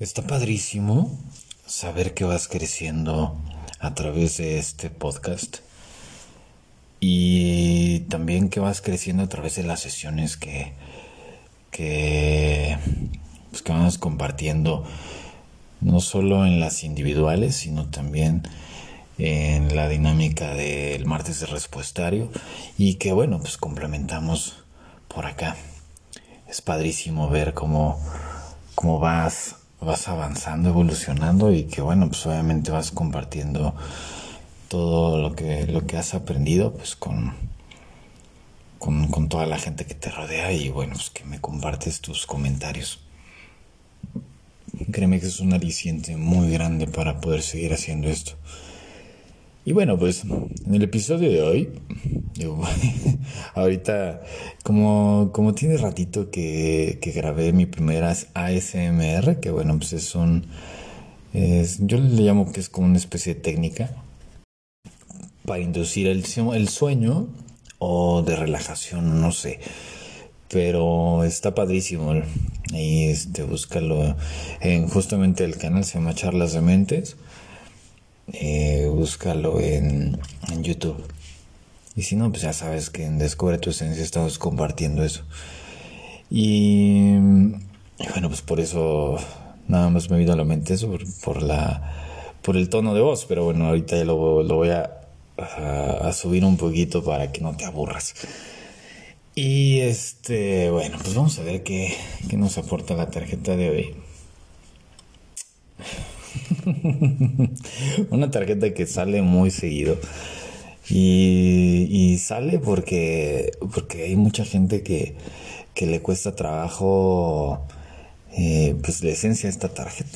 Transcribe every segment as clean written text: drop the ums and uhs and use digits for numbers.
Está padrísimo saber que vas creciendo a través de este podcast y también que vas creciendo a través de las sesiones que, que vamos compartiendo, no solo en las individuales, sino también en la dinámica del martes de respuestario y que bueno, pues complementamos por acá. Es padrísimo ver cómo vas avanzando, evolucionando y que bueno, pues obviamente vas compartiendo todo lo que has aprendido pues con toda la gente que te rodea y bueno, pues que me compartes tus comentarios. Créeme que es un aliciente muy grande para poder seguir haciendo esto. Y bueno, pues en el episodio de hoy, digo, ahorita, como tiene ratito que grabé mi primera ASMR, que bueno, pues yo le llamo que es como una especie de técnica para inducir el sueño o de relajación, no sé. Pero está padrísimo. Ahí búscalo en justamente el canal, se llama Charlas de Mentes. Búscalo en YouTube. Y si no, pues ya sabes que en Descubre tu Esencia estamos compartiendo eso. Y bueno, pues por eso nada más me vino a la mente eso, por el tono de voz. Pero bueno, ahorita ya lo voy a subir un poquito para que no te aburras. Y bueno, pues vamos a ver qué nos aporta la tarjeta de hoy. Una tarjeta que sale muy seguido. Y sale porque hay mucha gente que le cuesta trabajo pues la esencia de esta tarjeta.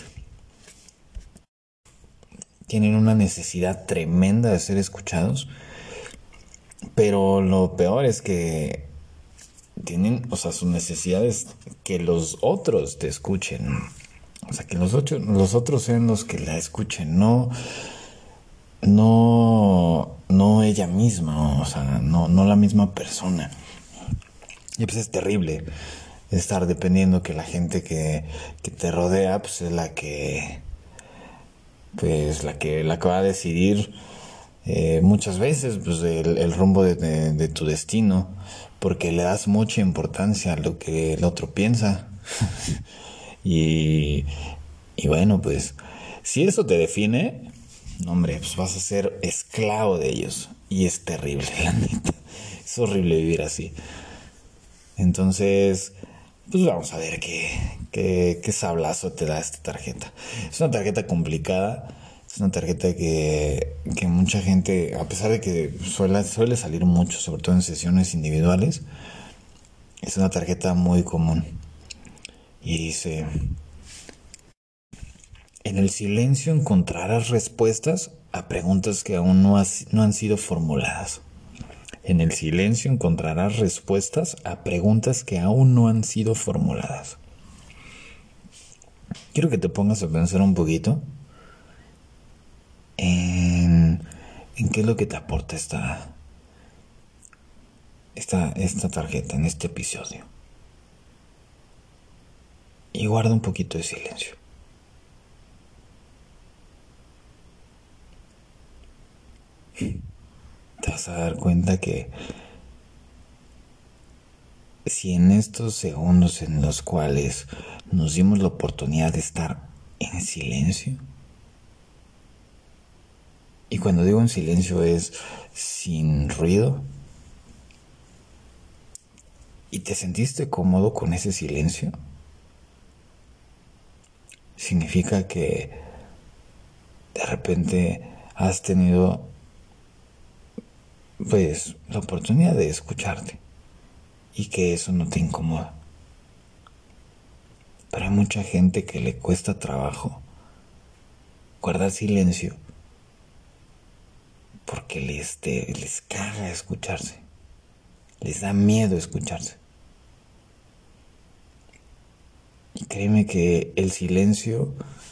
Tienen una necesidad tremenda de ser escuchados, pero lo peor es que tienen, o sea, su necesidad es que los otros te escuchen. O sea, que los otros sean los que la escuchen, no ella misma, o sea, no la misma persona. Y pues es terrible estar dependiendo que la gente que te rodea, pues es la que va a decidir muchas veces pues el rumbo de tu destino, porque le das mucha importancia a lo que el otro piensa. y, y bueno, pues si eso te define, hombre, pues vas a ser esclavo de ellos. Y es terrible, la neta. Es horrible vivir así. Entonces, pues vamos a ver qué sablazo te da esta tarjeta. Es una tarjeta complicada, es una tarjeta que mucha gente, a pesar de que suele salir mucho, sobre todo en sesiones individuales, es una tarjeta muy común. Y dice, en el silencio encontrarás respuestas a preguntas que aún no han sido formuladas. En el silencio encontrarás respuestas a preguntas que aún no han sido formuladas. Quiero que te pongas a pensar un poquito en qué es lo que te aporta esta tarjeta en este episodio. Y guarda un poquito de silencio. Te vas a dar cuenta que si en estos segundos en los cuales nos dimos la oportunidad de estar en silencio, y cuando digo en silencio es sin ruido, y te sentiste cómodo con ese silencio, significa que de repente has tenido pues la oportunidad de escucharte y que eso no te incomoda. Pero hay mucha gente que le cuesta trabajo guardar silencio porque les caga escucharse, les da miedo escucharse. Y créeme que el silencio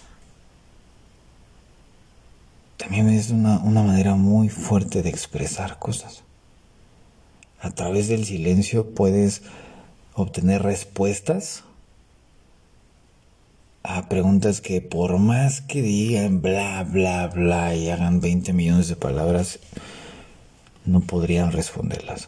también es una manera muy fuerte de expresar cosas. A través del silencio puedes obtener respuestas a preguntas que por más que digan bla, bla, bla y hagan 20 millones de palabras, no podrían responderlas.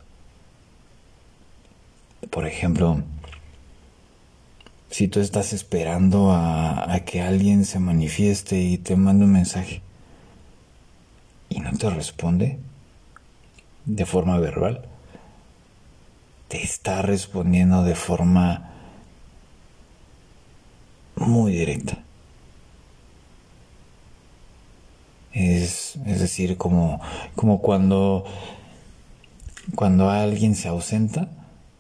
Por ejemplo, si tú estás esperando a que alguien se manifieste y te mande un mensaje y no te responde de forma verbal, te está respondiendo de forma muy directa. Es decir, como cuando alguien se ausenta,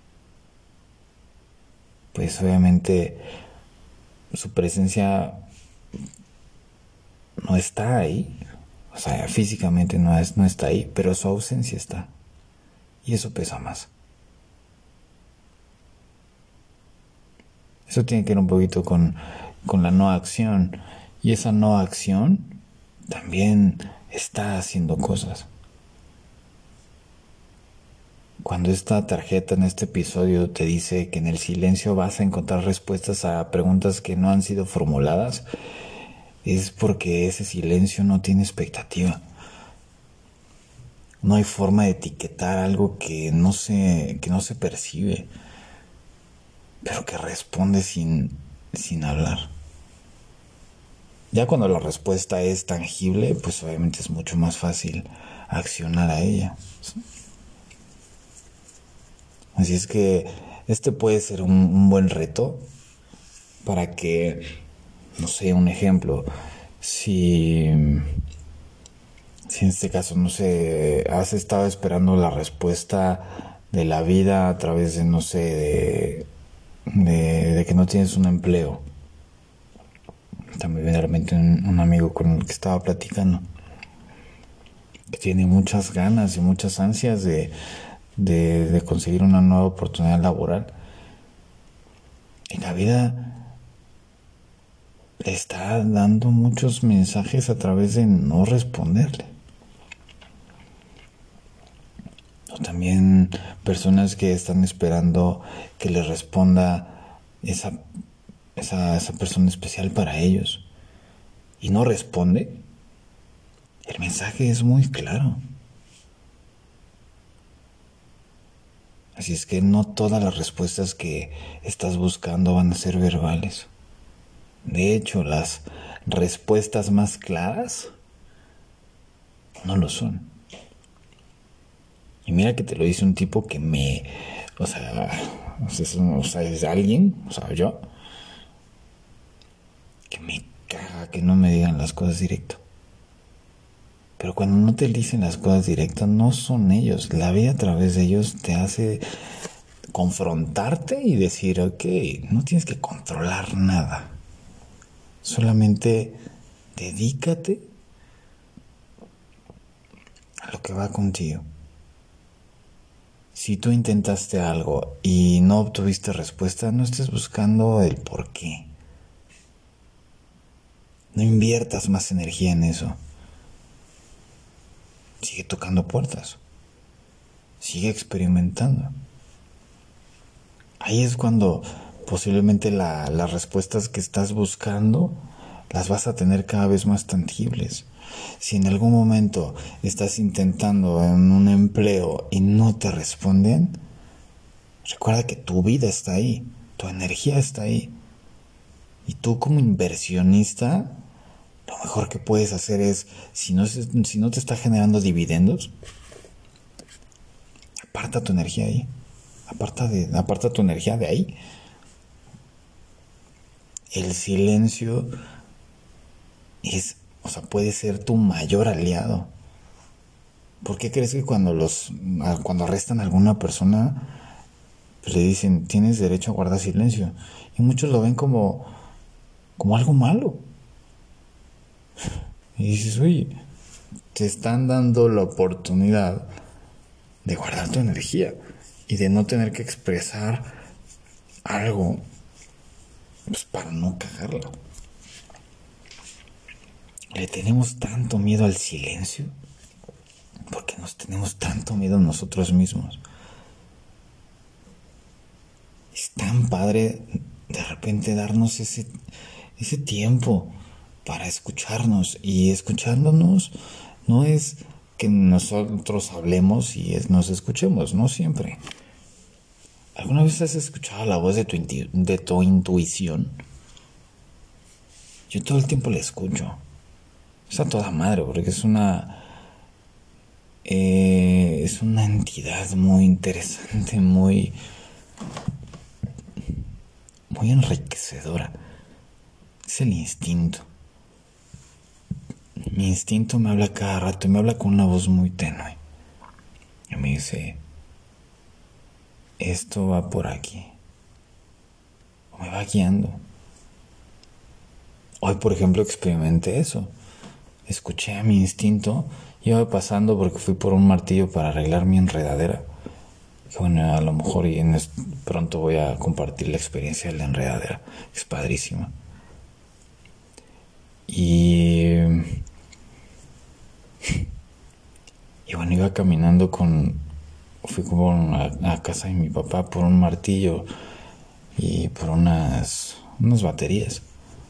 pues obviamente su presencia no está ahí. O sea, físicamente no está ahí, pero su ausencia está. Y eso pesa más. Eso tiene que ver un poquito con la no acción. Y esa no acción también está haciendo cosas. Cuando esta tarjeta en este episodio te dice que en el silencio vas a encontrar respuestas a preguntas que no han sido formuladas, es porque ese silencio no tiene expectativa. No hay forma de etiquetar algo que no se percibe, pero que responde sin hablar. Ya cuando la respuesta es tangible, pues obviamente es mucho más fácil accionar a ella. Así es que este puede ser un buen reto para que, no sé, un ejemplo, si en este caso, no sé, has estado esperando la respuesta de la vida a través de, no sé, de que no tienes un empleo. También viene realmente un amigo con el que estaba platicando, que tiene muchas ganas y muchas ansias de conseguir una nueva oportunidad laboral. Y la vida le está dando muchos mensajes a través de no responderle. O también personas que están esperando que les responda esa persona especial para ellos y no responde. El mensaje es muy claro. Así es que no todas las respuestas que estás buscando van a ser verbales. De hecho, las respuestas más claras no lo son. Y mira que te lo dice un tipo que o sea, es alguien, o sea, yo, que me caga que no me digan las cosas directo. Pero cuando no te dicen las cosas directas, no son ellos. La vida a través de ellos te hace confrontarte y decir, ok, no tienes que controlar nada. Solamente dedícate a lo que va contigo. Si tú intentaste algo y no obtuviste respuesta, no estés buscando el por qué. No inviertas más energía en eso. Sigue tocando puertas. Sigue experimentando. Ahí es cuando posiblemente las respuestas que estás buscando las vas a tener cada vez más tangibles. Si en algún momento estás intentando en un empleo y no te responden, recuerda que tu vida está ahí, tu energía está ahí. Y tú como inversionista, lo mejor que puedes hacer es, si no te está generando dividendos, aparta tu energía ahí. Aparta tu energía de ahí. El silencio puede ser tu mayor aliado. ¿Por qué crees que cuando arrestan a alguna persona, pues le dicen, tienes derecho a guardar silencio? Y muchos lo ven como algo malo. Y dices, oye, te están dando la oportunidad de guardar tu energía y de no tener que expresar algo, pues para no cagarla. Le tenemos tanto miedo al silencio porque nos tenemos tanto miedo a nosotros mismos. Es tan padre de repente darnos ese tiempo para escucharnos. Y escuchándonos no es que nosotros hablemos y nos escuchemos, no siempre. ¿Alguna vez has escuchado la voz de tu intuición? Yo todo el tiempo la escucho. Está toda madre porque es una entidad muy interesante, muy enriquecedora. Es el instinto. Mi instinto me habla cada rato y me habla con una voz muy tenue. Y me dice, esto va por aquí. O me va guiando. Hoy, por ejemplo, experimenté eso. Escuché a mi instinto. Iba pasando porque fui por un martillo para arreglar mi enredadera. Bueno, a lo mejor pronto voy a compartir la experiencia de la enredadera. Es padrísima. Y bueno, iba caminando fui como a casa de mi papá por un martillo y por unas baterías.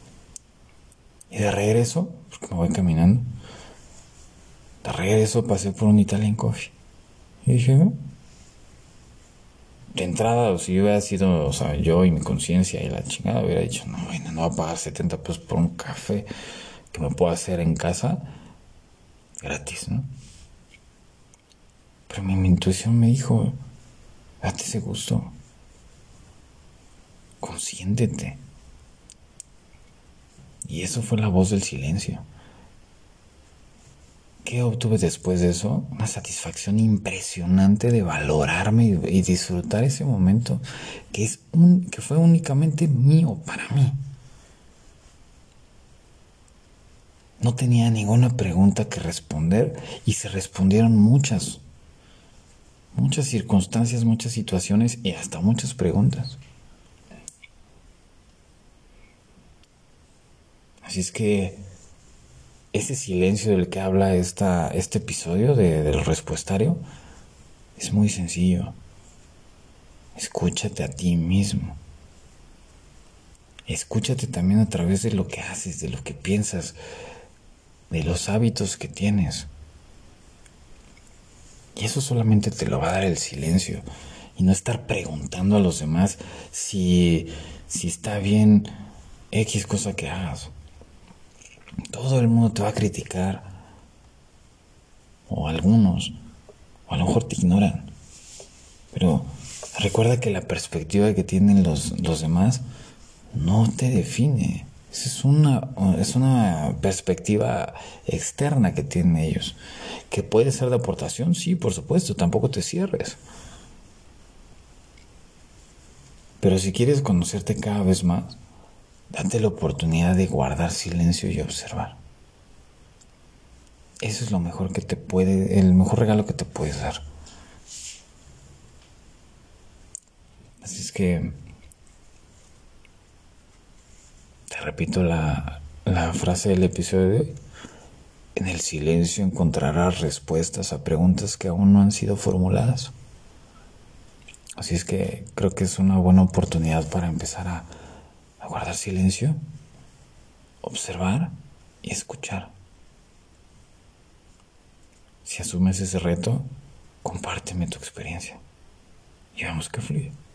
Y de regreso, porque me voy caminando, de regreso pasé por un Italian Coffee. Y dije, ¿no? De entrada, si hubiera sido, o sea, yo y mi conciencia y la chingada, hubiera dicho, no, bueno, no voy a pagar 70 pesos por un café que me puedo hacer en casa gratis, ¿no? Pero mi intuición me dijo, date ese gusto, consiéntete. Y eso fue la voz del silencio. ¿Qué obtuve después de eso? Una satisfacción impresionante de valorarme y disfrutar ese momento que fue únicamente mío para mí. No tenía ninguna pregunta que responder y se respondieron muchas circunstancias, muchas situaciones y hasta muchas preguntas. Así es que ese silencio del que habla este episodio del respuestario es muy sencillo. Escúchate a ti mismo. Escúchate también a través de lo que haces, de lo que piensas, de los hábitos que tienes. Y eso solamente te lo va a dar el silencio. Y no estar preguntando a los demás si está bien X cosa que hagas. Todo el mundo te va a criticar. O algunos. O a lo mejor te ignoran. Pero recuerda que la perspectiva que tienen los demás no te define. Es una perspectiva externa que tienen ellos. ¿Que puede ser de aportación? Sí, por supuesto, tampoco te cierres. Pero si quieres conocerte cada vez más, date la oportunidad de guardar silencio y observar. Eso es lo mejor el mejor regalo que te puedes dar. Así es que te repito la frase del episodio de hoy. En el silencio encontrarás respuestas a preguntas que aún no han sido formuladas. Así es que creo que es una buena oportunidad para empezar a guardar silencio, observar y escuchar. Si asumes ese reto, compárteme tu experiencia y vamos que fluye.